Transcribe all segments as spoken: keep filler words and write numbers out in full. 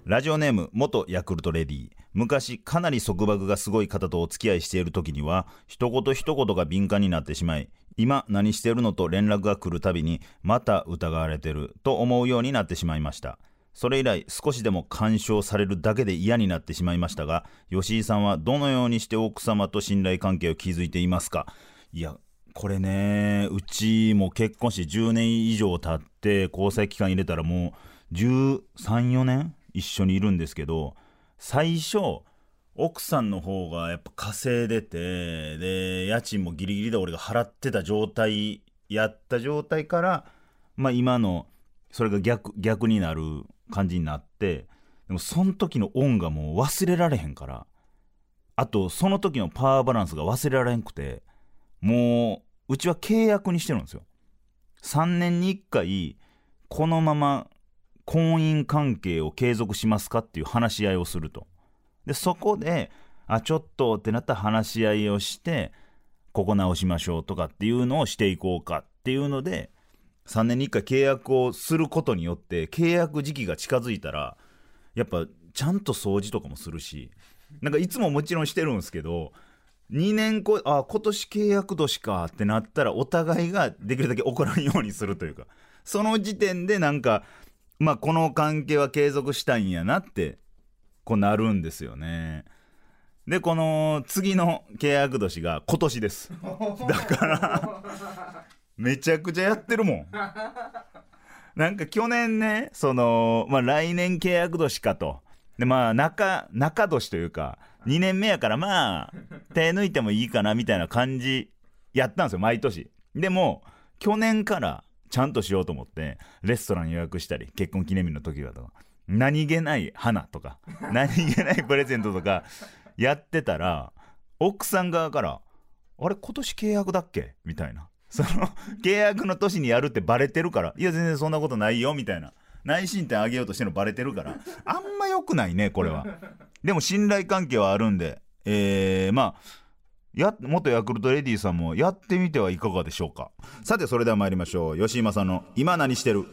ラジオネーム元ヤクルトレディ。昔かなり束縛がすごい方とお付き合いしている時には一言一言が敏感になってしまい、今何してるのと連絡が来るたびにまた疑われてると思うようになってしまいました。それ以来少しでも干渉されるだけで嫌になってしまいましたが、吉井さんはどのようにして奥様と信頼関係を築いていますか？いやこれね、うちも結婚してじゅうねん以上経って交際期間入れたらもうじゅうさん、よねん一緒にいるんですけど、最初奥さんの方がやっぱ稼いでて、で家賃もギリギリで俺が払ってた状態やった状態から、まあ今のそれが逆逆になる感じになって、でもその時の恩がもう忘れられへんから、あとその時のパワーバランスが忘れられんくて、もううちは契約にしてるんですよ。さんねんにいっかいこのまま婚姻関係を継続しますかっていう話し合いをすると。でそこであちょっとってなったら話し合いをして、ここ直しましょうとかっていうのをしていこうかっていうので、さんねんにいっかい契約をすることによって契約時期が近づいたらやっぱちゃんと掃除とかもするし、なんかいつももちろんしてるんですけど、にねんこあ今年契約年かってなったらお互いができるだけ怒らんようにするというか、その時点でなんかまあこの関係は継続したいんやなってこうなるんですよね。でこの次の契約年が今年です。だからめちゃくちゃやってるもん。なんか去年ね、そのまあ来年契約年かと、でまあ中中年というかにねんめやからまあ手抜いてもいいかなみたいな感じやったんですよ毎年。でも去年からちゃんとしようと思ってレストラン予約したり、結婚記念日の時はとか何気ない花とか何気ないプレゼントとかやってたら、奥さん側からあれ今年契約だっけみたいな、その契約の年にやるってバレてるから、いや全然そんなことないよみたいな、内申点上げようとしてるのバレてるから、あんま良くないねこれは。でも信頼関係はあるんで、えー、まあや元ヤクルトレディさんもやってみてはいかがでしょうか。さてそれでは参りましょう。吉井さんの今何してる。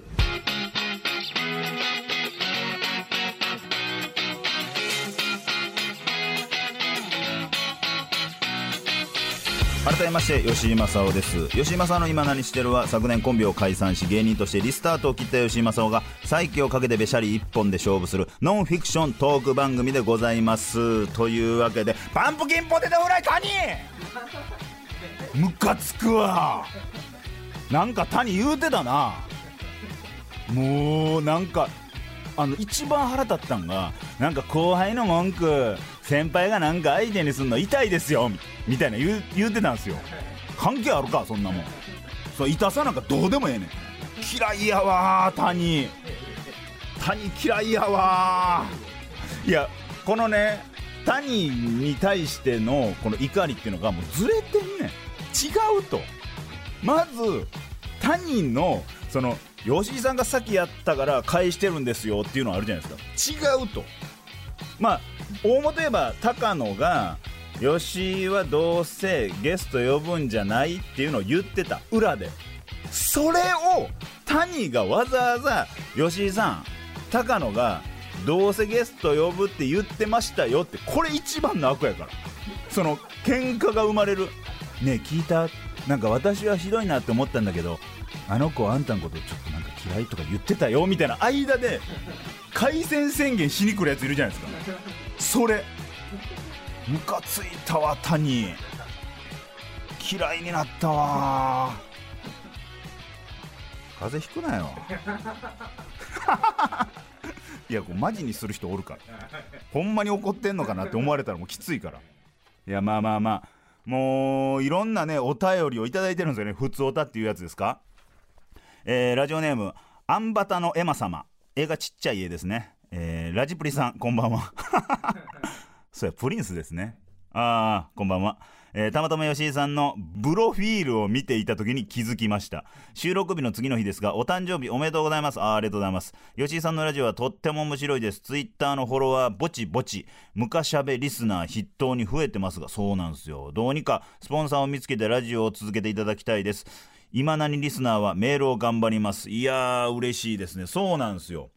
改めまして吉井正夫です。吉井正夫の今何してるは、昨年コンビを解散し芸人としてリスタートを切った吉井正夫が再起をかけてべしゃり一本で勝負するノンフィクショントーク番組でございます。というわけでパンプキンポテトフライ谷ムカつくわ。なんか谷言うてたな。もうなんかあの一番腹立ったんが、なんか後輩の文句先輩がなんか相手にすんの痛いですよみたいな言う、言うてたんですよ。関係あるかそんなもん。そう痛さなんかどうでもええねん。嫌いやわ谷谷嫌いやわ。いやこのね谷に対してのこの怒りっていうのがもうずれてんねん。違うと。まず谷のその吉井さんが先やったから返してるんですよっていうのはあるじゃないですか。違うと。まあ大元言えば高野が吉井はどうせゲスト呼ぶんじゃないっていうのを言ってた裏で、それを谷がわざわざ吉井さん高野がどうせゲスト呼ぶって言ってましたよって、これ一番の悪やから。その喧嘩が生まれる。ねえ聞いた、なんか私はひどいなって思ったんだけどあの子あんたのことちょっとなんか嫌いとか言ってたよみたいな間で開戦宣言しに来るやついるじゃないですか。それムカついたわ谷。嫌いになったわ。風邪ひくなよいやこうマジにする人おるから、ほんまに怒ってんのかなって思われたらもうきついから。いやまあまあまあもういろんなねお便りをいただいてるんですよね。普通おたっていうやつですか。えー、ラジオネームアンバタのエマ様。映画ちっちゃい家ですね。えー、ラジプリさんこんばんはそうやプリンスですね。あーこんばんは。えー、たまたま吉井さんのブロフィールを見ていた時に気づきました。収録日の次の日ですが、お誕生日おめでとうございます。あ, ありがとうございます。吉井さんのラジオはとっても面白いです。ツイッターのフォロワーぼちぼちムカしゃべリスナー筆頭に増えてますが、そうなんですよ。どうにかスポンサーを見つけてラジオを続けていただきたいです。今何リスナーはメールを頑張ります。いやー嬉しいですね。そうなんですよ。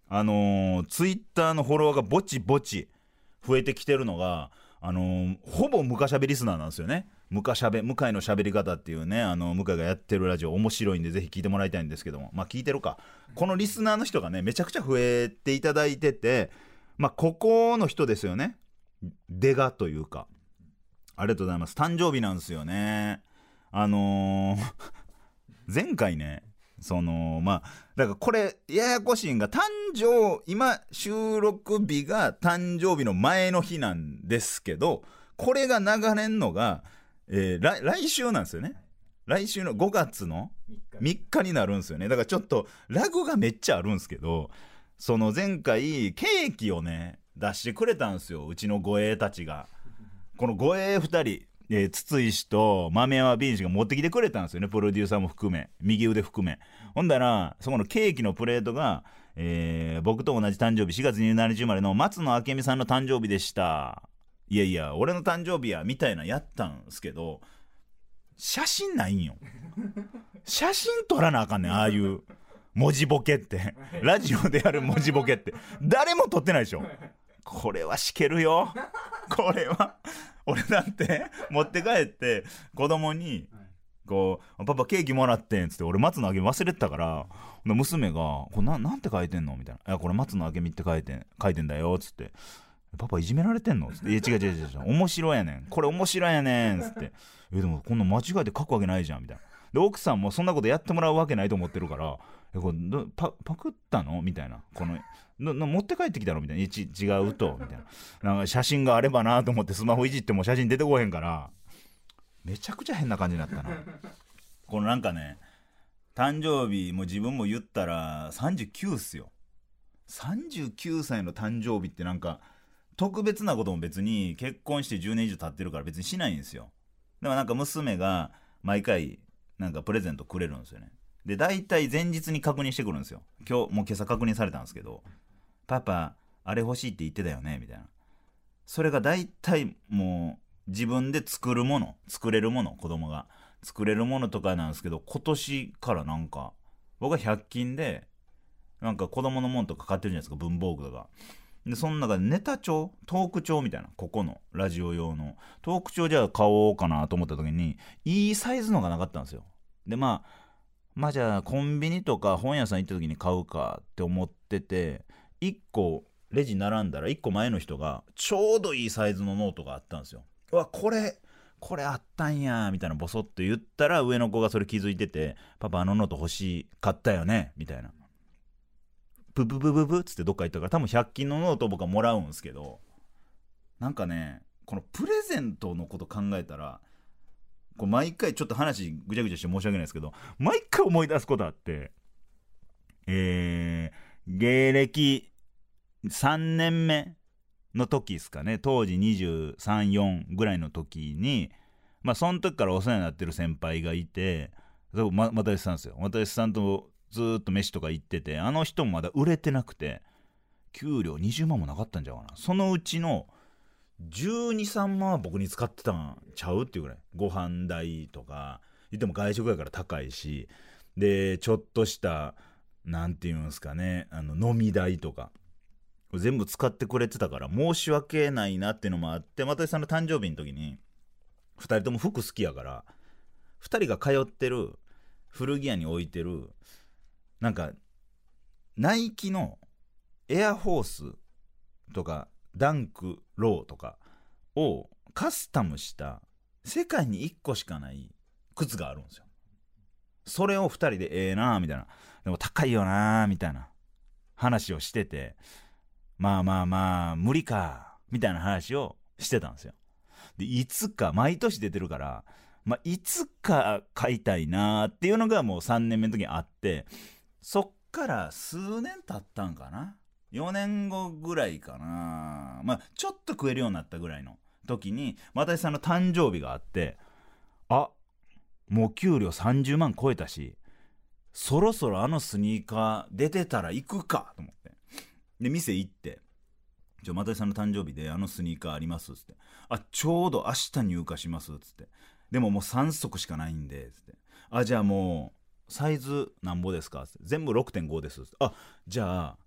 あのー、ツイッターのフォロワーがぼちぼち増えてきてるのが、あのー、ほぼムカしゃべリスナーなんですよね。ムカしゃべ向井のしゃべり方っていうね、あの向井がやってるラジオ面白いんでぜひ聞いてもらいたいんですけども、まあ聞いてるか、このリスナーの人がねめちゃくちゃ増えていただいてて、まあここの人ですよね、出がというか、ありがとうございます。誕生日なんですよね。あのー、前回ね、そのまあだからこれややこしいんが、誕生今収録日が誕生日の前の日なんですけど、これが流れんのが、えー、来, 来週なんですよね。来週のごがつのみっかになるんですよね。だからちょっとラグがめっちゃあるんですけど、その前回ケーキをね出してくれたんですよ、うちの護衛たちが。この護衛ふたり、えー、筒井氏と豆山ビン氏が持ってきてくれたんですよね、プロデューサーも含め、右腕含め。ほんだらそこのケーキのプレートが、えー、僕と同じ誕生日しがつにじゅうしちにち生まれの松野明美さんの誕生日でした。いやいや俺の誕生日やみたいなやったんすけど、写真ないんよ。写真撮らなあかんねん、ああいう文字ボケってラジオでやる文字ボケって誰も撮ってないでしょ。これはしけるよ、これは。俺だって持って帰って子供にこうパパケーキもらってんっつって、俺松野明美忘れてたから、娘がこれ な, なんて書いてんのみたいな、いやこれ松野明美って書いてん書いてんだよっつって、パパいじめられてんのつって、いや違う違う違う違う面白いやねんこれ面白いやねんつって、えでもこんな間違えて書くわけないじゃんみたいな。で奥さんもそんなことやってもらうわけないと思ってるから、えこれ パ, パクったのみたいな、このなな持って帰ってきたのみたいな、ち違うとみたいな、なんか写真があればなと思ってスマホいじっても写真出てこへんから、めちゃくちゃ変な感じになったな。このなんかね、誕生日も自分も言ったらさんじゅうきゅうっすよ。さんじゅうきゅうさいの誕生日ってなんか特別なことも別に結婚してじゅうねん以上経ってるから別にしないんですよ。でもなんか娘が毎回なんかプレゼントくれるんですよね。で大体前日に確認してくるんですよ。今日もう今朝確認されたんですけど、パパあれ欲しいって言ってたよねみたいな。それが大体もう自分で作るもの、作れるもの、子供が作れるものとかなんですけど、今年からなんか僕はひゃく均でなんか子供のもんとか買ってるじゃないですか、文房具とかで。その中でネタ帳、トーク帳みたいな、ここのラジオ用のトーク帳じゃあ買おうかなと思った時にいいサイズのがなかったんですよ。でまあまあじゃあコンビニとか本屋さん行った時に買うかって思ってて、いっこレジ並んだらいっこまえの人がちょうどいいサイズのノートがあったんですよ。うわこれこれあったんやみたいなボソッと言ったら、上の子がそれ気づいてて、パパあのノート欲しかったよねみたいな、ブブブブブっつってどっか行ったから、多分ひゃく均のノートを僕はもらうんですけど、なんかねこのプレゼントのこと考えたら、これ毎回ちょっと話ぐちゃぐちゃして申し訳ないですけど、毎回思い出すことあって、えー、芸歴さんねんめの時ですかね、当時にじゅうさん、よんぐらいの時に、まあその時からお世話になってる先輩がいて、ま又吉さんですよ。又吉さんとずーっと飯とか行ってて、あの人もまだ売れてなくて給料にじゅうまんもなかったんちゃうかな。そのうちのじゅうに、さんまんは僕に使ってたんちゃうっていうぐらい、ご飯代とか言っても外食やから高いし、でちょっとしたなんていうんですかね、あの飲み代とか全部使ってくれてたから申し訳ないなっていうのもあって、又吉さんの誕生日の時にふたりとも服好きやから、ふたりが通ってる古着屋に置いてるなんかナイキのエアフォースとかダンクローとかをカスタムした世界にいっこしかない靴があるんですよ。それをふたりでええなーみたいな、でも高いよなーみたいな話をしてて、まあまあまあ無理かみたいな話をしてたんですよ。でいつか毎年出てるから、まあ、いつか買いたいなーっていうのがもうさんねんめの時にあって、そっから数年経ったんかな、よねんごぐらいかな、まあちょっと食えるようになったぐらいの時に又吉さんの誕生日があって、あもう給料さんじゅうまん超えたし、そろそろあのスニーカー出てたら行くかと思って、で店行って、ちょ又吉さんの誕生日であのスニーカーありますっつって、あちょうど明日入荷しますっつって、でももうさん足しかないんでっつって、あじゃあもうサイズなんぼですかっつって、全部 ろくてんご ですっつって、あじゃあ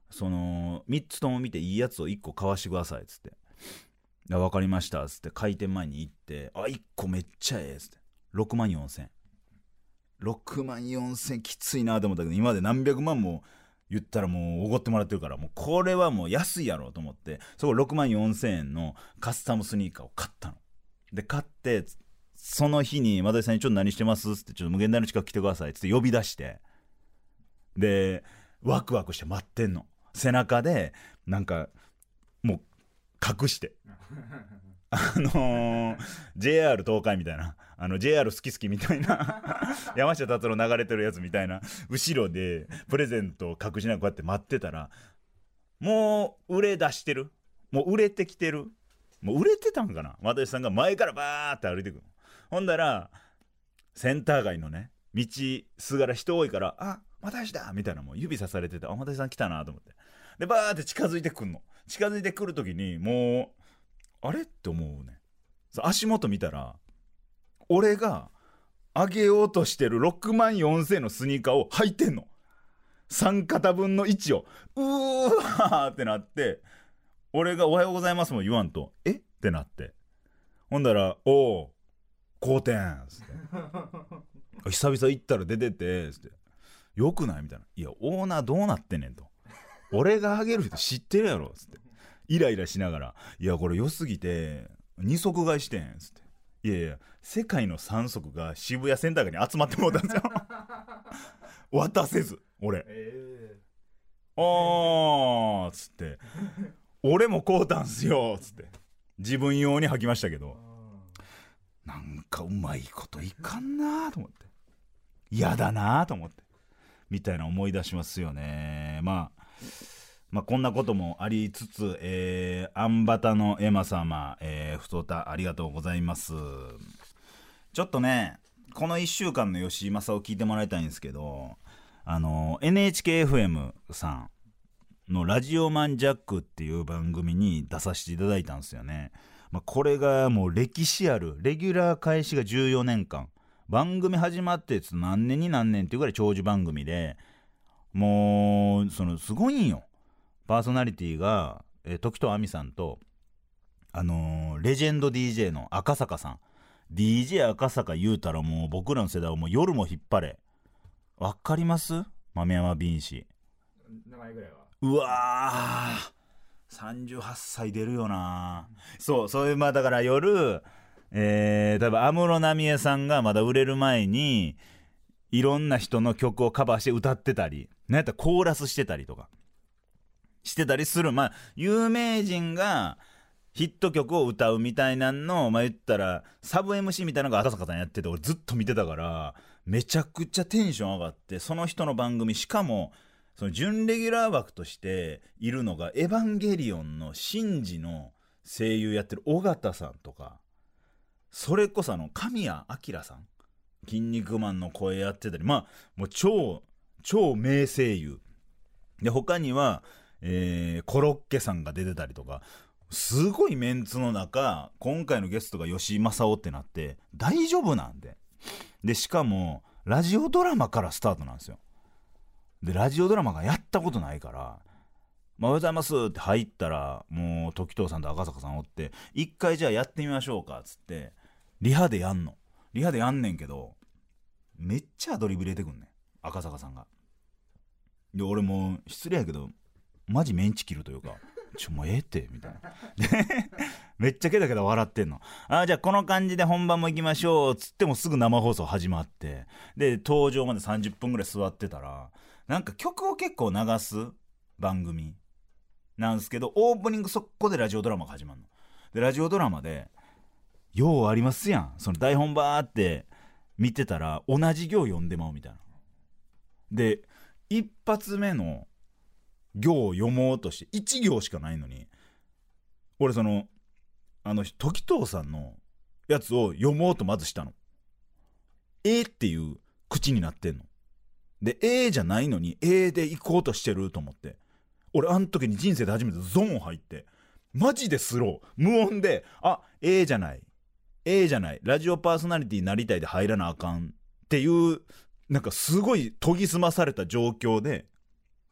そのみっつとも見ていいやつをいっこ買わしてくださいっつって、分かりましたっつって開店前に行って、あいっこめっちゃええっつってろくまんよんせんろくまんよんせんきついなと思ったけど、今まで何百万も言ったらもうおごってもらってるから、もうこれはもう安いやろと思って、そころくまんよんせんえんのカスタムスニーカーを買ったの。で買って、その日に又吉さんにちょっと何してますって、ちょっと無限大の近く来てくださいって呼び出して、でワクワクして待ってんの。背中でなんかもう隠してあのー、ジェイアール 東海みたいな、あの ジェイアール 好き好きみたいな山下達郎流れてるやつみたいな後ろでプレゼントを隠しながらこうやって待ってたら、もう売れ出してる、もう売れてきてる、もう売れてたんかな、又吉さんが前からバーって歩いてくる。ほんだらセンター街のね道すがら人多いから、あ又吉だみたいな、もう指さされてて、あ又吉さん来たなと思って、でバーって近づいてくんの。近づいてくる時にもうあれって思うね。足元見たら俺があげようとしてるろくまんよんせんえんのスニーカーを履いてんの。さん肩分のいちをうーわーってなって、俺がおはようございますも言わんとえってなって、ほんだらおお好転つって久々行ったら出ててつってよくないみたいな、いやオーナーどうなってんねんと、俺があげる人知ってるやろつってイライラしながら、いやこれ良すぎてに足買いしてんつって、いやいや世界のさん足が渋谷センター街に集まってもうたんですよ渡せず俺、えー、あーっつって俺も買うたんすよっつって自分用に履きましたけど、なんかうまいこといかんなと思って、嫌だなと思ってみたいな思い出しますよね。まあまあ、こんなこともありつつ、えー、アンバタのエマ様、えー、太田ありがとうございます。ちょっとねこのいっしゅうかんの吉井正を聞いてもらいたいんですけど、あの エヌエイチケーエフエム さんのラジオマンジャックっていう番組に出させていただいたんですよね。まあ、これがもう歴史あるレギュラー開始がじゅうよねんかん、番組始まって何年に何年っていうぐらい長寿番組で、もうそのすごいんよ。パーソナリティが、えー、時藤亜美さんと、あのー、レジェンド ディージェー の赤坂さん。 ディージェー 赤坂言うたらもう僕らの世代はもう夜も引っ張れ、わかります？豆山敏士名前ぐらいは。うわーさんじゅうはっさい出るよな、うん、そうそういう、まあだから夜えー、例えば安室奈美恵さんがまだ売れる前にいろんな人の曲をカバーして歌ってたり、なんやったらコーラスしてたりとかしてたりする、まあ有名人がヒット曲を歌うみたいなんの、まあ言ったらサブ エムシー みたいなのが赤坂さんやってて、俺ずっと見てたからめちゃくちゃテンション上がって、その人の番組、しかもその準レギュラー枠としているのがエヴァンゲリオンのシンジの声優やってる尾形さんとか、それこそあの神谷明さん、筋肉マンの声やってたり、まあもう超超名声優で、他にはえー、コロッケさんが出てたりとか、すごいメンツの中、今回のゲストが吉井正夫ってなって大丈夫なんで、でしかもラジオドラマからスタートなんですよ。でラジオドラマがやったことないから、まあ、おはようございますって入ったらもう時藤さんと赤坂さんおって、一回じゃあやってみましょうかっつってリハでやんのリハでやんねんけど、めっちゃアドリブ入れてくんねん赤坂さんが。で俺も失礼やけどマジメンチ切るというか、ちょもうええってみたいなでめっちゃケタケタ笑ってんの。あじゃあこの感じで本番も行きましょうっつってもすぐ生放送始まって、で登場までさんじゅっぷんぐらい座ってたら、なんか曲を結構流す番組なんすけど、オープニングそこでラジオドラマが始まるの。でラジオドラマでようありますやん、その台本バーって見てたら同じ行読んでまうみたいな。で一発目の行を読もうとしていち行しかないのに、俺そのあの時藤さんのやつを読もうとまずしたの。えー、っていう口になってんので、えーじゃないのにえーで行こうとしてると思って、俺あの時に人生で初めてゾーン入って、マジでスロー無音で、あえーじゃないえーじゃないラジオパーソナリティになりたいで入らなあかんっていう、なんかすごい研ぎ澄まされた状況で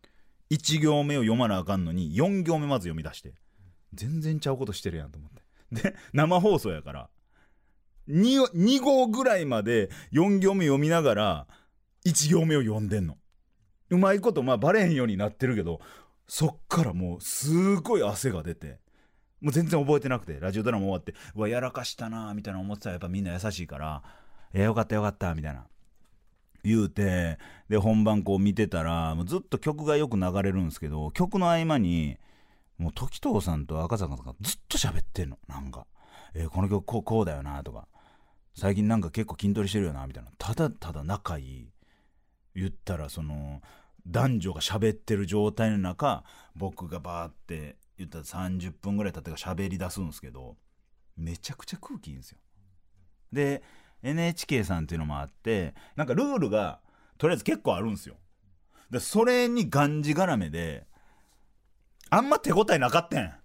いち行目を読まなあかんのによん行目まず読み出して、全然ちゃうことしてるやんと思って、で生放送やから 2, に号ぐらいまでよん行目読みながらいち行目を読んでんの。うまいことまあバレへんようになってるけど、そっからもうすごい汗が出て、もう全然覚えてなくて、ラジオドラマ終わって、うわやらかしたなみたいな思ってたら、やっぱみんな優しいから、えー、よかったよかったみたいな言うて、で本番こう見てたら、もうずっと曲がよく流れるんですけど、曲の合間にもう時藤さんと赤坂さんがずっと喋ってんの。なんか、えー、この曲こう、こうだよなとか、最近なんか結構筋トレしてるよなみたいな、ただただ仲いい、言ったらその男女が喋ってる状態の中、僕がバーって言ったらさんじゅっぷんぐらい経ってから喋り出すんですけど、めちゃくちゃ空気いいんですよ。で エヌエイチケー さんっていうのもあって、なんかルールがとりあえず結構あるんですよ。でそれにがんじがらめであんま手応えなかったん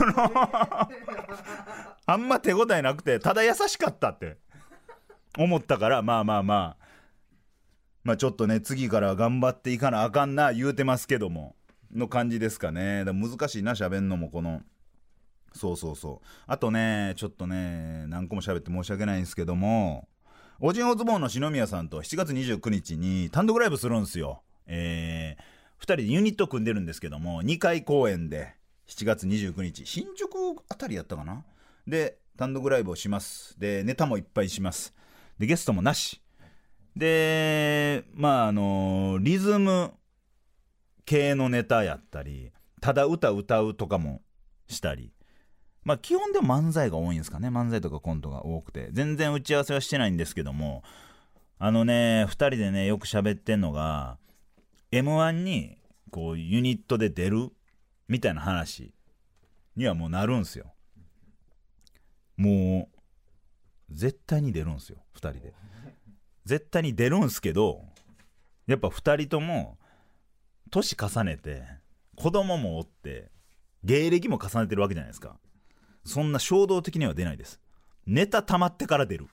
あんま手応えなくて、ただ優しかったって思ったから、まあまあまあまあちょっとね、次から頑張っていかなあかんな言うてますけどもの感じですかね。だから難しいな、喋んのも。このそうそうそう、あとねちょっとね何個も喋って申し訳ないんですけども、オジンオズボーンの篠宮さんとしちがつにじゅうくにちに単独ライブするんですよ。えー、ふたりでユニット組んでるんですけども、にかい公演でしちがつにじゅうくにち新宿あたりやったかなで単独ライブをします。でネタもいっぱいします。でゲストもなしで、まああのリズム系のネタやったり、ただ歌歌うとかもしたり、まあ基本でも漫才が多いんですかね。漫才とかコントが多くて、全然打ち合わせはしてないんですけども、あのねふたりでねよく喋ってんのが、 エムワン にこうユニットで出るみたいな話にはもうなるんすよ。もう絶対に出るんすよ、ふたりで絶対に出るんすけど、やっぱふたりとも年重ねて子供もおって芸歴も重ねてるわけじゃないですか。そんな衝動的には出ないです。ネタ溜まってから出る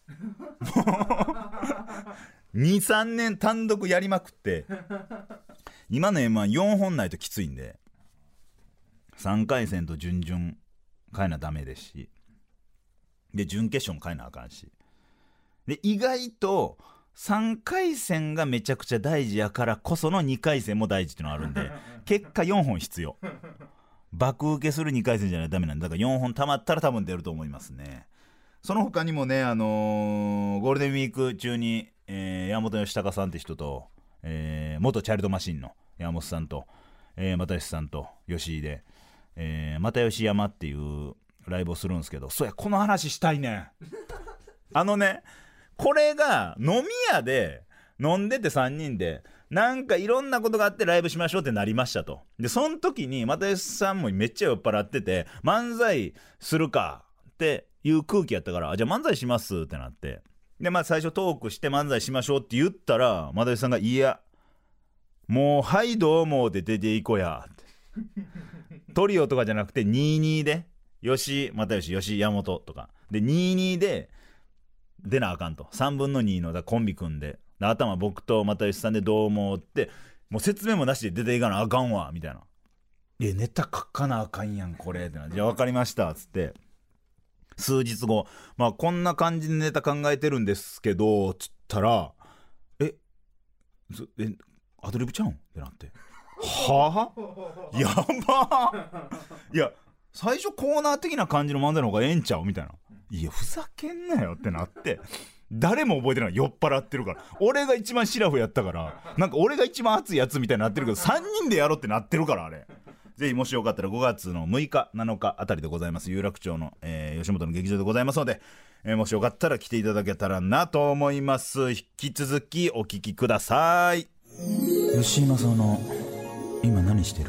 にさんねん単独やりまくって、今の エムワンよん 本ないときついんで、さんかい戦と準々変えなダメですし、で準決勝も変えなあかんし、で意外とさんかい戦がめちゃくちゃ大事やからこそのにかい戦も大事っていうのがあるんで、結果よんほん必要。爆受けするにかい戦じゃないとダメなんで、だからよんほん溜まったら多分出ると思いますね。その他にもね、あのー、ゴールデンウィーク中に、えー、山本義孝さんって人と、えー、元チャイルドマシンの山本さんと、えー、又吉さんと吉井で、えー、又吉山っていうライブをするんですけど、そうや、この話したいねんあのね、これが飲み屋で飲んでてさんにんでなんかいろんなことがあってライブしましょうってなりましたと。でその時に又吉さんもめっちゃ酔っ払ってて、漫才するかっていう空気やったから、あじゃあ漫才しますってなって、でまあ最初トークして漫才しましょうって言ったら、又吉さんがいやもうはいどうもで出ていこやってトリオとかじゃなくてにたいにで吉又吉吉山本とかでにたいにで出なあかんと、さんぶんのにのだコンビ組んで、で頭僕と又吉さんでどう思って、もう説明もなしで出ていかなあかんわみたいな。えネタ書かなあかんやんこれってなって、じゃあ分かりましたっつって、数日後、まあこんな感じでネタ考えてるんですけどつったら、ええアドリブちゃうんってなって、はぁやばいや最初コーナー的な感じの漫才の方がええんちゃうみたいな、いやふざけんなよってなって、誰も覚えてない、酔っ払ってるから。俺が一番シラフやったから、なんか俺が一番熱いやつみたいになってるけど、さんにんでやろうってなってるから。あれぜひもしよかったらごがつのむいかなのかあたりでございます、有楽町の、えー、吉本の劇場でございますので、えー、もしよかったら来ていただけたらなと思います。引き続きお聞きください。吉井正夫の今何してる？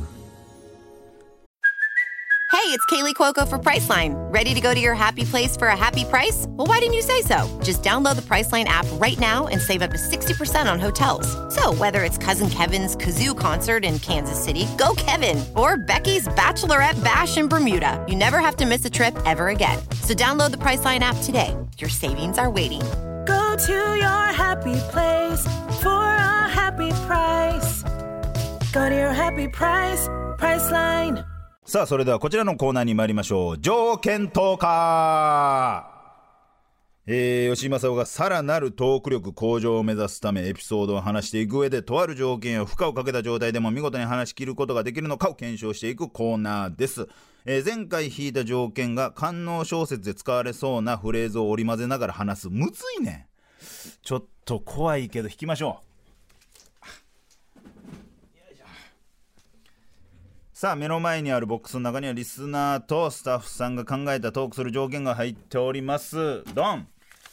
Hey, it's Kaylee Cuoco for Priceline. Ready to go to your happy place for a happy price? Well, why didn't you say so? Just download the Priceline app right now and save up to sixty percent on hotels. So whether it's Cousin Kevin's Kazoo Concert in Kansas City, go Kevin, or Becky's Bachelorette Bash in Bermuda, you never have to miss a trip ever again. So download the Priceline app today. Your savings are waiting. Go to your happy place for a happy price. Go to your happy price, Priceline. さあそれではこちらのコーナーに参りましょう。条件トーカー。えー、吉井正夫がさらなるトーク力向上を目指すためエピソードを話していく上でとある条件や負荷をかけた状態でも見事に話し切ることができるのかを検証していくコーナーです。えー、前回引いた条件が官能小説で使われそうなフレーズを織り交ぜながら話す。むずいね。ちょっと怖いけど引きましょう。さあ目の前にあるボックスの中にはリスナーとスタッフさんが考えたトークする条件が入っております。ドン。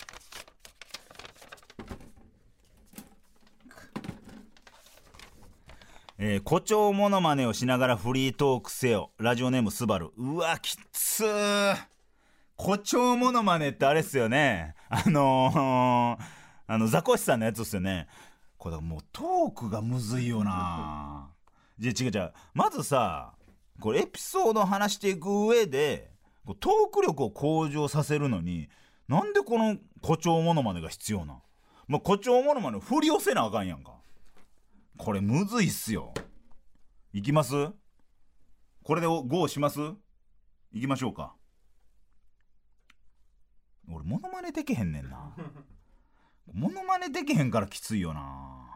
えー、誇張モノマネをしながらフリートークせよ。ラジオネームスバル。うわきつー。誇張モノマネってあれっすよね。あのー、あのザコシさんのやつっすよね。これもうトークがむずいよな。じゃ違う違う。まずさ、これエピソードを話していく上でトーク力を向上させるのになんでこの誇張モノマネが必要な。まあ、誇張モノマネを振り寄せなあかんやんか。これむずいっすよ。いきます？これでゴーします？いきましょうか。俺モノマネできへんねんな。モノマネできへんからきついよな。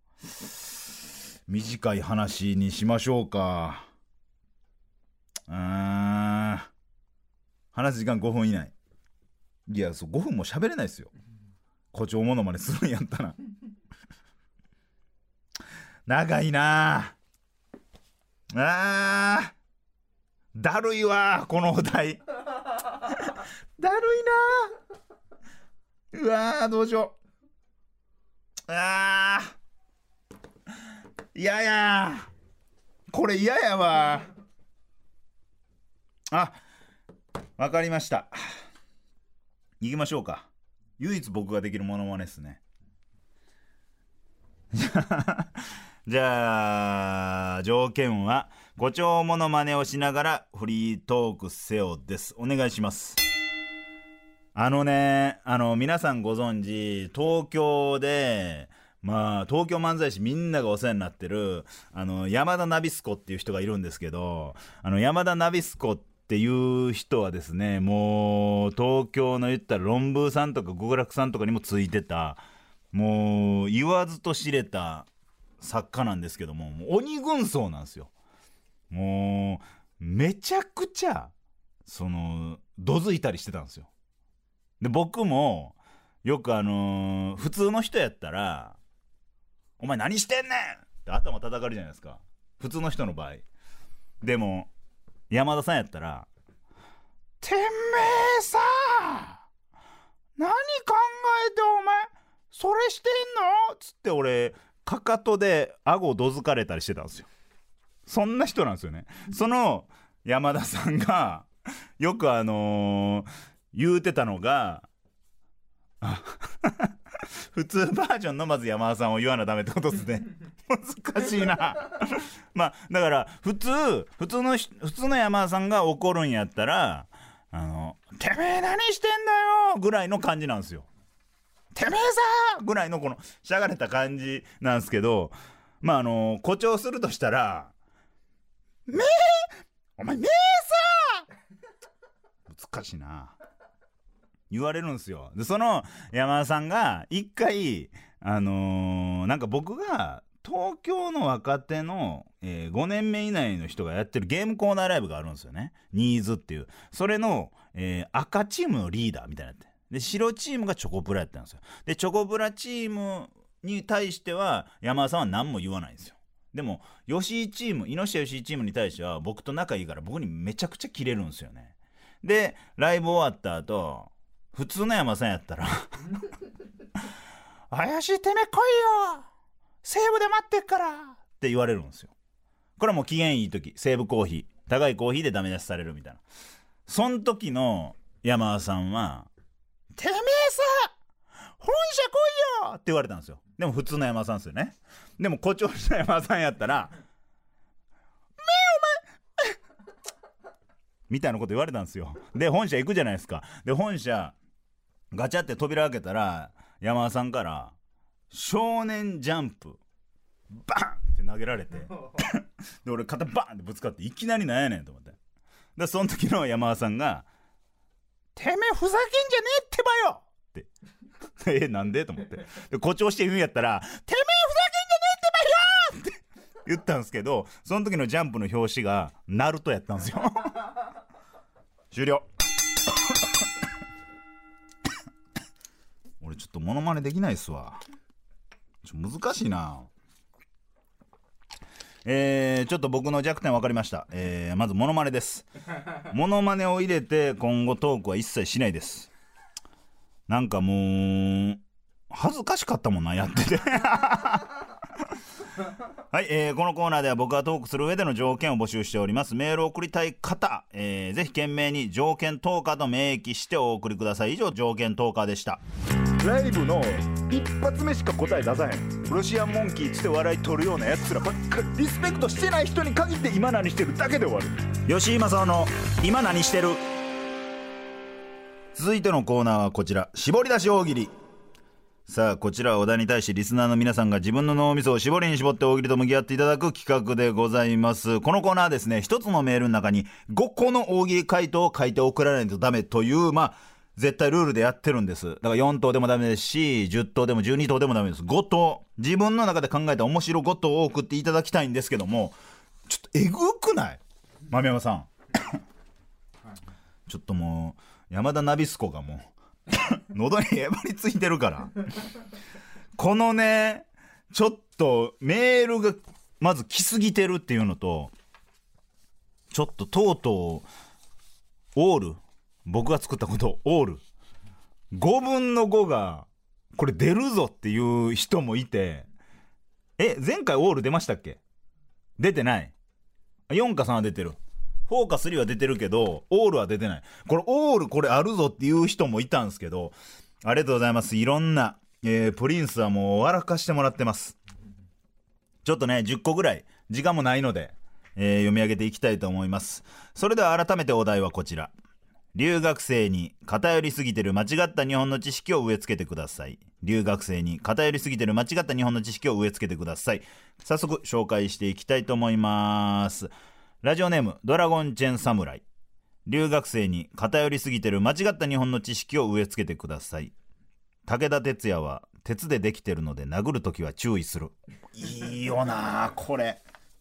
短い話にしましょうか。うーん、話す時間ごふん以内。いやそうごふんも喋れないですよ。誇張モノマネするんやったら長いなあ。だるいわこのお題だるいな。うわーどうしよう。あーいややこれ嫌やわ。あわかりました。行きましょうか。唯一僕ができるモノマネですね。じゃあ条件は誇張モノマネをしながらフリートークせよです。お願いします。あのねあの皆さんご存知東京でまあ東京漫才師みんながお世話になってるあの山田ナビスコっていう人がいるんですけど、あの山田ナビスコっていう人はですね、もう東京の言ったら論文さんとか極楽さんとかにもついてた、もう言わずと知れた作家なんですけども、もう鬼軍曹なんですよ。もうめちゃくちゃそのどづいたりしてたんですよ。で僕もよくあのー、普通の人やったらお前何してんねんって頭叩かれるじゃないですか、普通の人の場合。でも山田さんやったらてめえさ何考えてお前それしてんのつって俺かかとで顎をどづかれたりしてたんですよ。そんな人なんですよね。その山田さんがよくあのー、言うてたのが普通バージョンのまず山田さんを言わなダメってことですね。難しいな。まあだから普通普通の普通の山田さんが怒るんやったらあのてめえ何してんだよぐらいの感じなんですよ。てめえさぐらいのこのしゃがれた感じなんですけど、まああの誇張するとしたらめえお前めえさ難しいな言われるんですよ。でその山田さんが一回あのー、なんか僕が東京の若手の、えー、ごねんめ以内の人がやってるゲームコーナーライブがあるんですよね。ニーズっていう、それの、えー、赤チームのリーダーみたいになって、で白チームがチョコプラやったんですよ。でチョコプラチームに対しては山田さんは何も言わないんですよ。でも吉井チーム、井下吉井チームに対しては僕と仲いいから僕にめちゃくちゃキレるんですよね。でライブ終わった後普通の山田さんやったら怪しいてめえ来いよ西武で待ってっからって言われるんですよ。これはもう機嫌いい時、西武コーヒー高いコーヒーでダメ出しされるみたいな。そん時の山田さんはてめえさ本社来いよって言われたんですよ。でも普通の山田さんですよね。でも誇張した山田さんやったらめえお前みたいなこと言われたんですよ。で本社行くじゃないですか。で本社ガチャって扉開けたら山田さんから少年ジャンプバンって投げられてで俺肩バーンってぶつかっていきなりなんやねんと思って、でその時の山田さんがてめえふざけんじゃねえってばよってえなんでと思って、で誇張して言うんやったらてめえふざけんじゃねえってばよって言ったんですけど、その時のジャンプの表紙がナルトやったんですよ終了俺ちょっとモノマネできないっすわ、ちょ難しいな。えー、ちょっと僕の弱点分かりました、えー、まずモノマネです。モノマネを入れて今後トークは一切しないです。なんかもう恥ずかしかったもんなやっててはい、えー、このコーナーでは僕がトークする上での条件を募集しております。メールを送りたい方、えー、ぜひ懸命に条件トーカーと明記してお送りください。以上、条件トーカーでした。ライブの一発目しか答え出さへんロシアンモンキーつって笑い取るようなやつらばっかり、リスペクトしてない人に限って今何してるだけで終わる。吉井正夫の今何してる。続いてのコーナーはこちら、絞り出し大喜利。さあこちらはお題に対してリスナーの皆さんが自分の脳みそを絞りに絞って大喜利と向き合っていただく企画でございます。このコーナーはですね、一つのメールの中にごこの大喜利回答を書いて送らないとダメというまあ絶対ルールでやってるんです。だからよんとうでもダメですしじゅっとうでもじゅうにとうでもダメです。ごとう、自分の中で考えた面白ごとうを送っていただきたいんですけども、ちょっとえぐくない豆山さんちょっともう山田ナビスコがもう喉にへばりついてるからこのねちょっとメールがまず来すぎてるっていうのと、ちょっととうとうオール僕が作ったことオールごぶんのごがこれ出るぞっていう人もいて、え前回オール出ましたっけ？出てない。よんかさんは出てる、フォーかスリーは出てるけどオールは出てない。これオールこれあるぞっていう人もいたんですけど、ありがとうございます。いろんな、えー、プリンスはもう笑かしてもらってます。ちょっとねじゅっこぐらい時間もないので、えー、読み上げていきたいと思います。それでは改めてお題はこちら。留学生に偏りすぎてる間違った日本の知識を植え付けてください。留学生に偏りすぎてる間違った日本の知識を植え付けてください。早速紹介していきたいと思います。ラジオネームドラゴンチェン侍。留学生に偏りすぎてる間違った日本の知識を植え付けてください。武田鉄矢は鉄でできてるので殴るときは注意する。いいよなこれ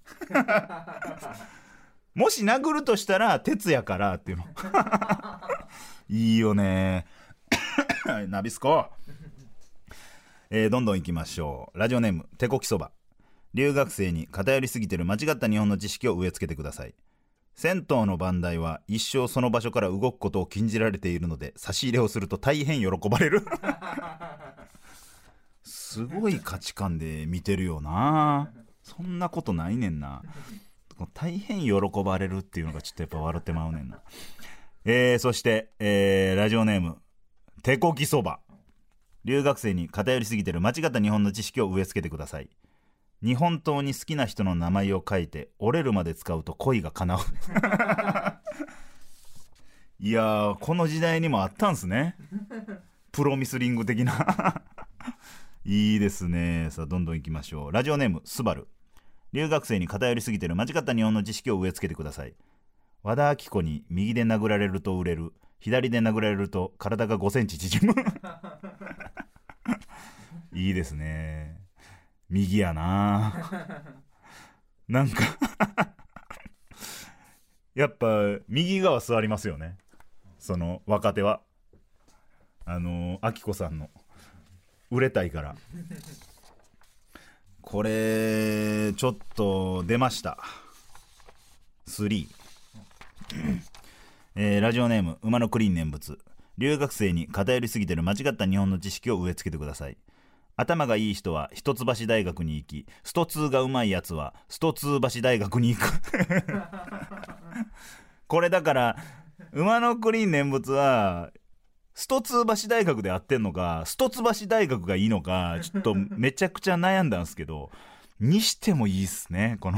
もし殴るとしたら鉄やからっていうのいいよねナビスコ、えー、どんどんいきましょう。ラジオネーム手こきそば。留学生に偏りすぎてる間違った日本の知識を植え付けてください。銭湯の番台は一生その場所から動くことを禁じられているので差し入れをすると大変喜ばれるすごい価値観で見てるよな。そんなことないねんな。大変喜ばれるっていうのがちょっとやっぱ笑ってまうねんな。えー、そして、えー、ラジオネーム手こきそば。留学生に偏りすぎてる間違った日本の知識を植え付けてください。日本刀に好きな人の名前を書いて折れるまで使うと恋が叶ういやーこの時代にもあったんすねプロミスリング的ないいですね。さあどんどんいきましょう。ラジオネームスバル。留学生に偏りすぎてる間違った日本の知識を植え付けてください。和田アキ子に右で殴られると売れる、左で殴られると体がごセンチ縮むいいですね。右やななんかやっぱ右側座りますよね、その若手は。あのアキ子さんの売れたいからこれちょっと出ましたスリー、えー、ラジオネーム馬のクリーン念仏。留学生に偏りすぎてる間違った日本の知識を植え付けてください。頭がいい人は一橋大学に行き、ストツーがうまいやつはストツー橋大学に行くこれだから馬のクリーン念仏はストツー橋大学でやってんのかストツ橋大学がいいのかちょっとめちゃくちゃ悩んだんですけどにしてもいいっすねこの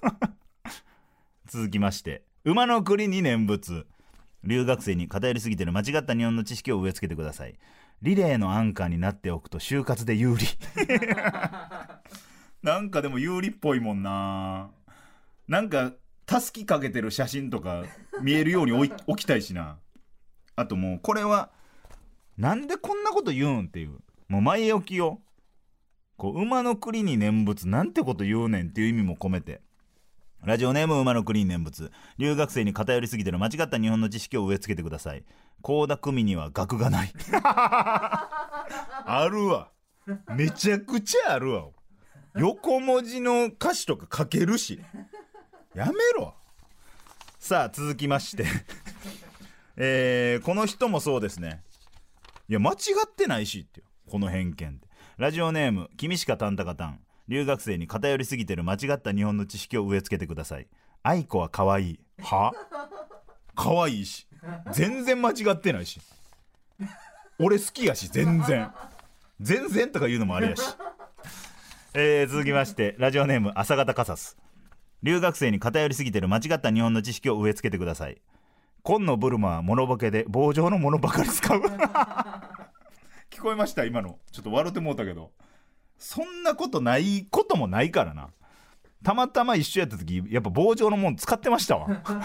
続きまして馬の栗に念仏。留学生に偏りすぎてる間違った日本の知識を植え付けてください。リレーのアンカーになっておくと就活で有利なんかでも有利っぽいもんな。なんかたすきかけてる写真とか見えるように置い置きたいしな。あともうこれはなんでこんなこと言うんっていう、もう前置きをこう馬の栗に念仏なんてこと言うねんっていう意味も込めて、ラジオネーム馬の栗に念仏。留学生に偏りすぎてる間違った日本の知識を植え付けてください。倖田來未には学がないあるわ、めちゃくちゃあるわ。横文字の歌詞とか書けるし、やめろ。さあ続きましてえー、この人もそうですね。いや間違ってないしってこの偏見って。ラジオネーム君しかたんたかたん。留学生に偏りすぎてる間違った日本の知識を植え付けてください。愛子は可愛い。は可愛いし全然間違ってないし、俺好きやし、全然全然とか言うのもあれやしえー、続きましてラジオネーム朝方カサス。留学生に偏りすぎてる間違った日本の知識を植え付けてください。紺のブルマはモノボケで棒状のものばかり使う聞こえました今の。ちょっと笑ってもうたけど、そんなことないこともないからな。たまたま一緒やった時やっぱ棒状のもの使ってましたわ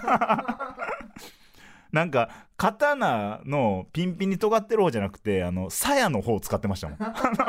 なんか刀のピンピンに尖ってる方じゃなくて、あの鞘の方を使ってましたもん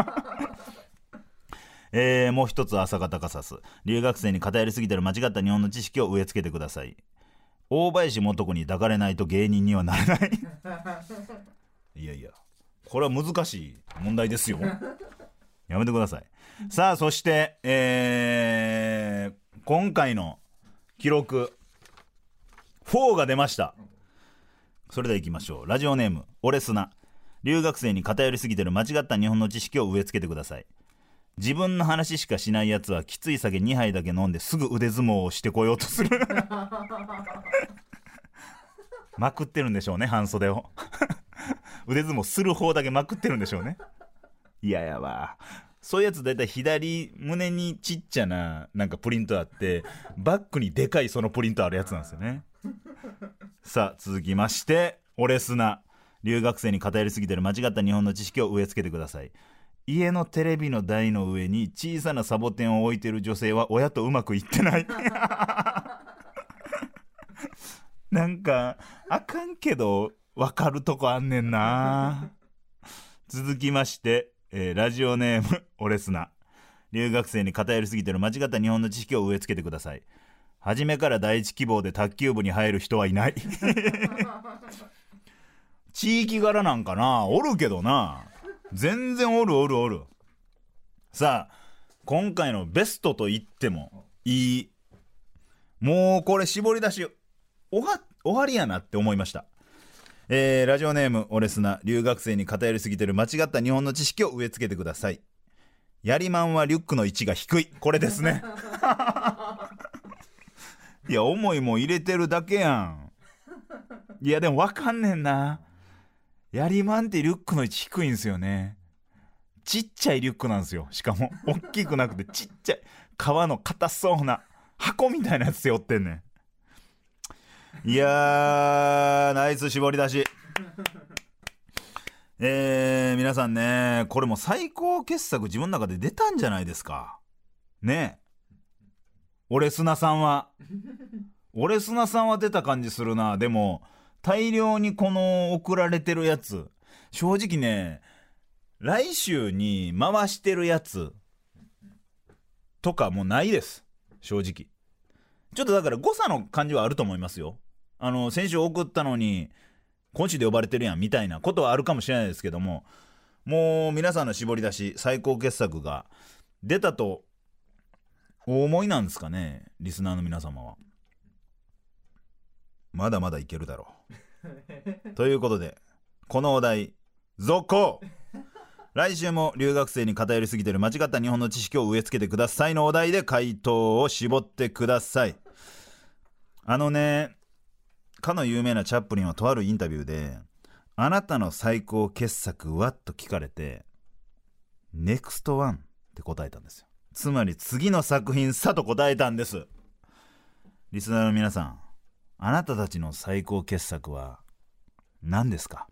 えー、もう一つ朝方カサス。留学生に偏りすぎてる間違った日本の知識を植え付けてください。大林素子に抱かれないと芸人にはなれないいやいやこれは難しい問題ですよやめてください。さあそして、えー、今回の記録フォーが出ました。それではいきましょう。ラジオネームオレスナ。留学生に偏りすぎてる間違った日本の知識を植え付けてください。自分の話しかしないやつはきつい酒にはいだけ飲んですぐ腕相撲をしてこようとするまくってるんでしょうね、半袖を腕相撲する方だけまくってるんでしょうね。いややわ、そういうやつだいたい左胸にちっちゃななんかプリントあってバックにでかいそのプリントあるやつなんですよねさあ続きましてオレスナ。留学生に偏りすぎてる間違った日本の知識を植え付けてください。家のテレビの台の上に小さなサボテンを置いてる女性は親とうまくいってないなんかあかんけど分かるとこあんねんな続きまして、えー、ラジオネームオレスナ。留学生に偏りすぎてる間違った日本の知識を植え付けてください。初めから第一希望で卓球部に入る人はいない地域柄なんかな、おるけどな、全然おるおるおる。さあ今回のベストと言ってもいい、もうこれ絞り出し終わ、終わりやなって思いました。えー、ラジオネームオレスナ。留学生に偏りすぎてる間違った日本の知識を植え付けてください。やりまんはリュックの位置が低い。これですねいや重いもん入れてるだけやん。いやでも分かんねんな、やりまんってリュックの位置低いんですよね。ちっちゃいリュックなんですよ。しかも大きくなくてちっちゃい革の硬そうな箱みたいなやつ背負ってんねん。いやーナイス絞り出しえー、皆さんね、これも最高傑作自分の中で出たんじゃないですかね。オレスナさんはオレスナさんは出た感じするな。でも大量にこの送られてるやつ、正直ね来週に回してるやつとかもうないです正直。ちょっとだから誤差の感じはあると思いますよ。あの先週送ったのに今週で呼ばれてるやんみたいなことはあるかもしれないですけども、もう皆さんの絞り出し最高傑作が出たとお思いなんですかね。リスナーの皆様はまだまだいけるだろうということでこのお題続行。来週も留学生に偏りすぎてる間違った日本の知識を植え付けてくださいのお題で回答を絞ってください。あのね、かの有名なチャップリンはとあるインタビューであなたの最高傑作はと聞かれてネクストワンって答えたんですよ。つまり次の作品さと答えたんです。リスナーの皆さん、あなたたちの最高傑作は何ですか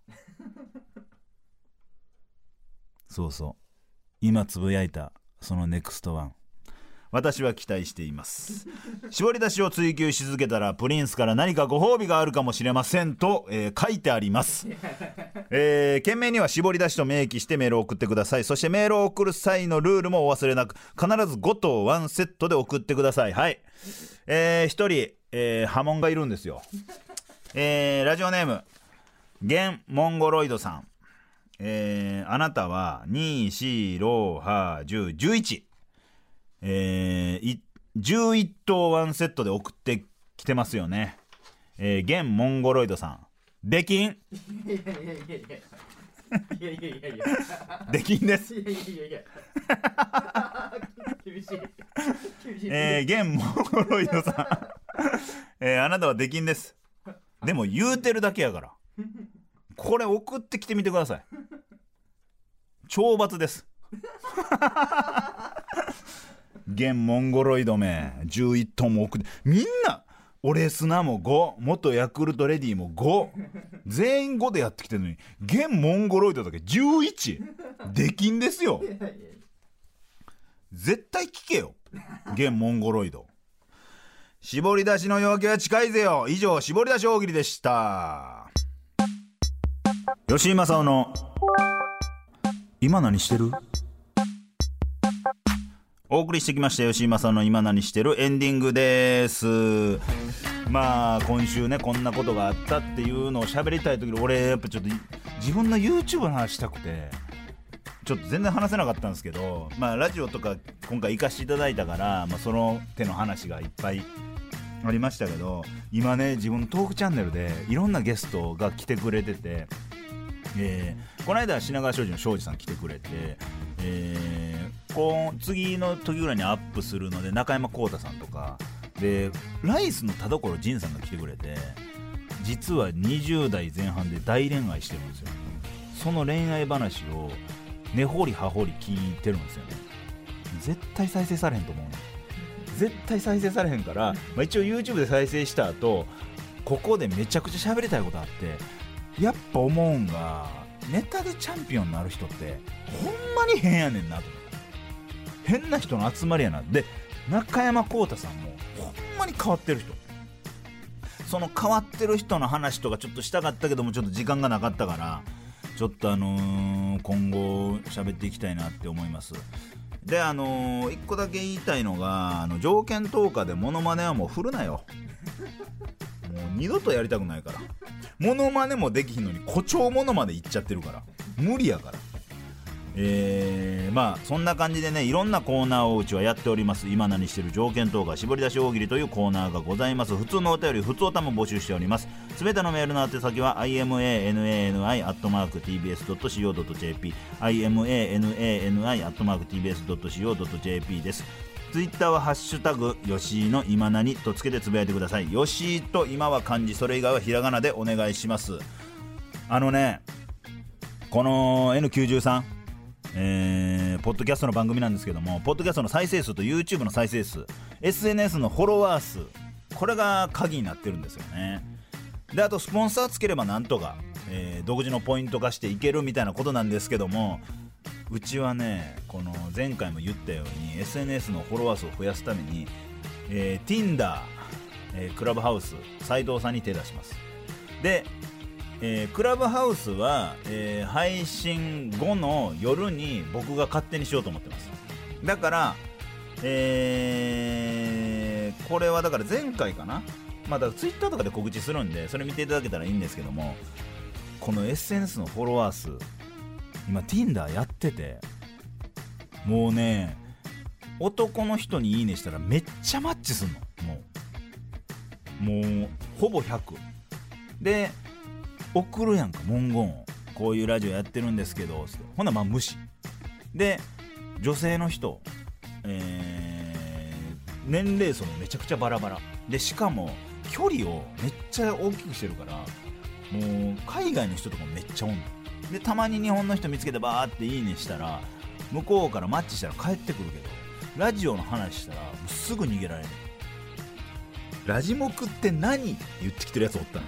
そうそう、今つぶやいたそのネクストワン、 私は期待しています。絞り出しを追求し続けたらプリンスから何かご褒美があるかもしれませんと、えー、書いてあります。えー、件名には絞り出しと明記してメールを送ってください。そしてメールを送る際のルールもお忘れなく、必ずごとうワンセットで送ってください。はい、えー、ひとり、えー、波紋がいるんですよ。えー、ラジオネームゲンモンゴロイドさん、えー、あなたはに、し、ろ、は、じゅう、じゅういち、えー、じゅういっとうワンセットで送ってきてますよね。えー、現モンゴロイドさん、できん。いやいやいやいやいやいやいやいやできんです。いやいやいやいや厳しい厳しい。えー、現モンゴロイドさん、えー、あなたはできんです。でも言うてるだけやから、これ送ってきてみてください。懲罰です。現モンゴロイドめじゅういっトンも送って、みんなオレスナもご、元ヤクルトレディもご、全員ごでやってきてるのに、現モンゴロイドだけじゅういち、できんですよ。絶対聞けよ、現モンゴロイド。絞り出しの要求は近いぜよ。以上、絞り出し大喜利でした。吉井正夫の今何してる？お送りしてきました吉井正夫の今何してるエンディングです。まあ今週ね、こんなことがあったっていうのを喋りたい時に、俺やっぱちょっと自分の YouTube の話したくてちょっと全然話せなかったんですけど、まあラジオとか今回行かせていただいたから、まあ、その手の話がいっぱいありましたけど、今ね自分のトークチャンネルでいろんなゲストが来てくれてて、えー、この間品川庄司の庄司さん来てくれて、えー、こう次の時ぐらいにアップするので中山浩太さんとかで、ライスの田所仁さんが来てくれて、実はにじゅう代前半で大恋愛してるんですよ。その恋愛話を根掘り葉掘り聞いてるんですよね。絶対再生されへんと思う。絶対再生されへんから、まあ、一応 YouTube で再生した後、ここでめちゃくちゃ喋りたいことあって、やっぱ思うんが、ネタでチャンピオンになる人ってほんまに変やねんなと思って、変な人の集まりやな。で、中山浩太さんもほんまに変わってる人、その変わってる人の話とかちょっとしたかったけども、ちょっと時間がなかったから、ちょっとあのー、今後喋っていきたいなって思います。で、あのー、一個だけ言いたいのが、あの条件投下でモノマネはもう振るなよ。もう二度とやりたくないから。モノマネもできひんのに誇張モノまでいっちゃってるから無理やから。えー、まあそんな感じでね、いろんなコーナーをうちはやっております。今何してる条件投下絞り出し大喜利というコーナーがございます。普通のお便り、普通おたも募集しております。すべてのメールの宛先は アイエムエーエヌエーエヌアイ アットマーク ティービーエス ドット シーオー ドット ジェーピー アイエムエーエヌエーエヌアイ アットマーク ティービーエス ドット シーオー ドット ジェーピー です。ツイッターはハッシュタグ吉井の今何とつけてつぶやいてください。吉井と今は漢字、それ以外はひらがなでお願いします。あのね、この エヌきゅうじゅうさん、えー、ポッドキャストの番組なんですけども、ポッドキャストの再生数と YouTube の再生数、 エスエヌエス のフォロワー数、これが鍵になってるんですよね。で、あとスポンサーつければなんとか、えー、独自のポイント化していけるみたいなことなんですけども、うちはね、この前回も言ったように エスエヌエス のフォロワー数を増やすために、えー、Tinder、えー、クラブハウス、斉藤さんに手出します。で、えー、クラブハウスは、えー、配信後の夜に僕が勝手にしようと思ってます。だから、えー、これはだから前回かな、まあ、だからツイッターとかで告知するんで、それ見ていただけたらいいんですけども、この エスエヌエス のフォロワー数、今 Tinder やってて、もうね、男の人にいいねしたらめっちゃマッチすんの。もうもうほぼひゃくで送るやんか、文言を。こういうラジオやってるんですけど、ほなまあ無視で、女性の人、えー、年齢層もめちゃくちゃバラバラで、しかも距離をめっちゃ大きくしてるから、もう海外の人とかもめっちゃおんので、たまに日本の人見つけてバーっていいねしたら、向こうからマッチしたら帰ってくるけど、ラジオの話したらもうすぐ逃げられる。ラジモクって何って言ってきてるやつおったの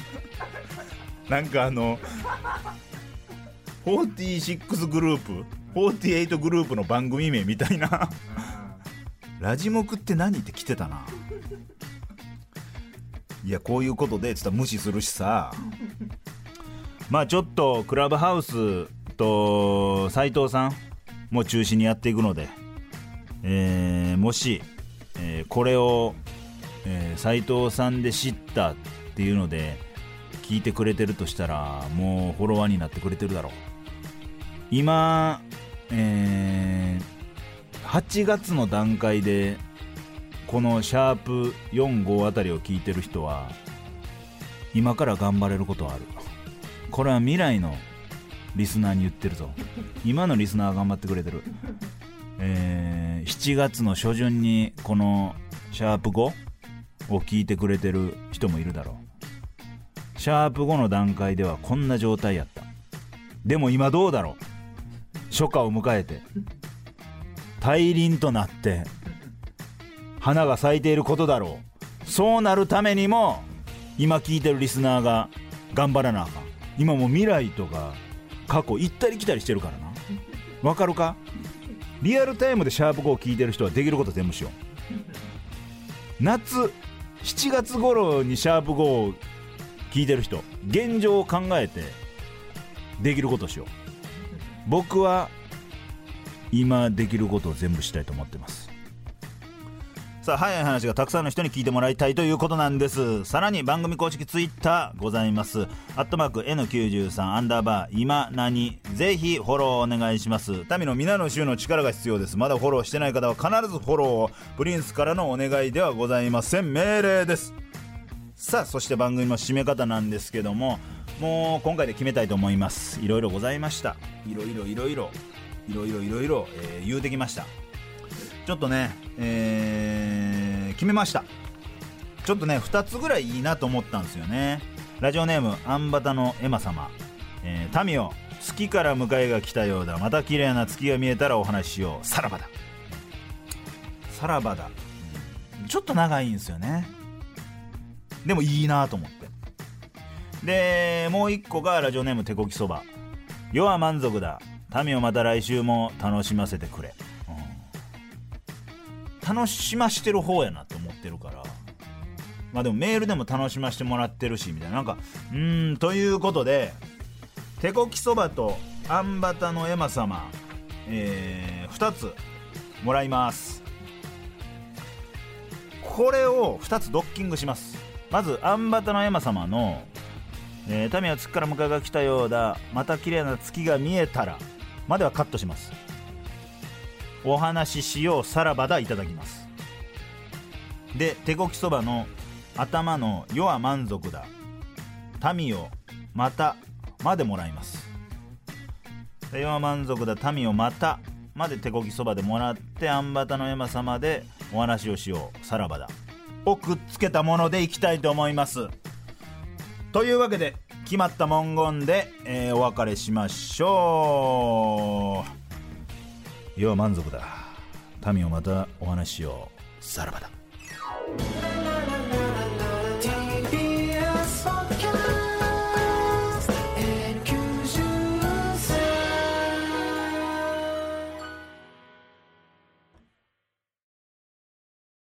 なんかあのフォーティーシックスグループフォーティエイトグループの番組名みたいなラジモクって何って来てたな。いやこういうことでつったら無視するしさまあちょっとクラブハウスと斉藤さんも中心にやっていくので、えー、もし、えー、これを、えー、斉藤さんで知ったっていうので聞いてくれてるとしたらもうフォロワーになってくれてるだろう。今、えー、はちがつの段階でこのシャープよん、ごあたりを聞いてる人は今から頑張れることはある。これは未来のリスナーに言ってるぞ。今のリスナーは頑張ってくれてる、えー、しちがつの初旬にこのシャープごを聞いてくれてる人もいるだろう。シャープごの段階ではこんな状態やった。でも今どうだろう。初夏を迎えて大輪となって花が咲いていることだろう。そうなるためにも今聞いてるリスナーが頑張らなあかん。今もう未来とか過去行ったり来たりしてるからな。わかるか。リアルタイムでシャープごを聞いてる人はできること全部しよう。夏しちがつ頃にシャープごを聞いてる人現状を考えてできることをしよう。僕は今できることを全部したいと思ってます。さあ早い話がたくさんの人に聞いてもらいたいということなんです。さらに番組公式ツイッターございます。アットマーク エヌきゅうじゅうさん アンダーバー今何、ぜひフォローお願いします。民の皆の衆の力が必要です。まだフォローしてない方は必ずフォローを。プリンスからのお願いではございません、命令です。さあそして番組の締め方なんですけども、もう今回で決めたいと思います。いろいろございました。いろいろいろいろいろいろいろいろ言うてきました。ちょっとね、えー、決めました。ちょっとねふたつぐらいいいなと思ったんですよね。ラジオネームあんばたのエマ様、えー、民よ月から迎えが来たようだ。また綺麗な月が見えたらお話ししよう。さらばださらばだ。ちょっと長いんですよね。でもいいなと思って。でもう一個がラジオネーム手こきそば、世は満足だ。民をまた来週も楽しませてくれ、うん、楽しましてる方やなと思ってるから、まあでもメールでも楽しましてもらってるしみたいな、なんかうーんということで手こきそばとあんばたのエマ様、えー、ふたつもらいます。これをふたつドッキングします。まずあんばたのエマ様のえー、民は月から迎えが来たようだ。また綺麗な月が見えたらまではカットします。お話ししようさらばだいただきます。で手こきそばの頭の世は満足だ。民をまたまでもらいます。世は満足だ民をまたまで手こきそばでもらって、あんばたのエマ様でお話をしようさらばだをくっつけたものでいきたいと思います。というわけで決まった文言で、えー、お別れしましょう。世は満足だ民をまたお話ししようさらばだ。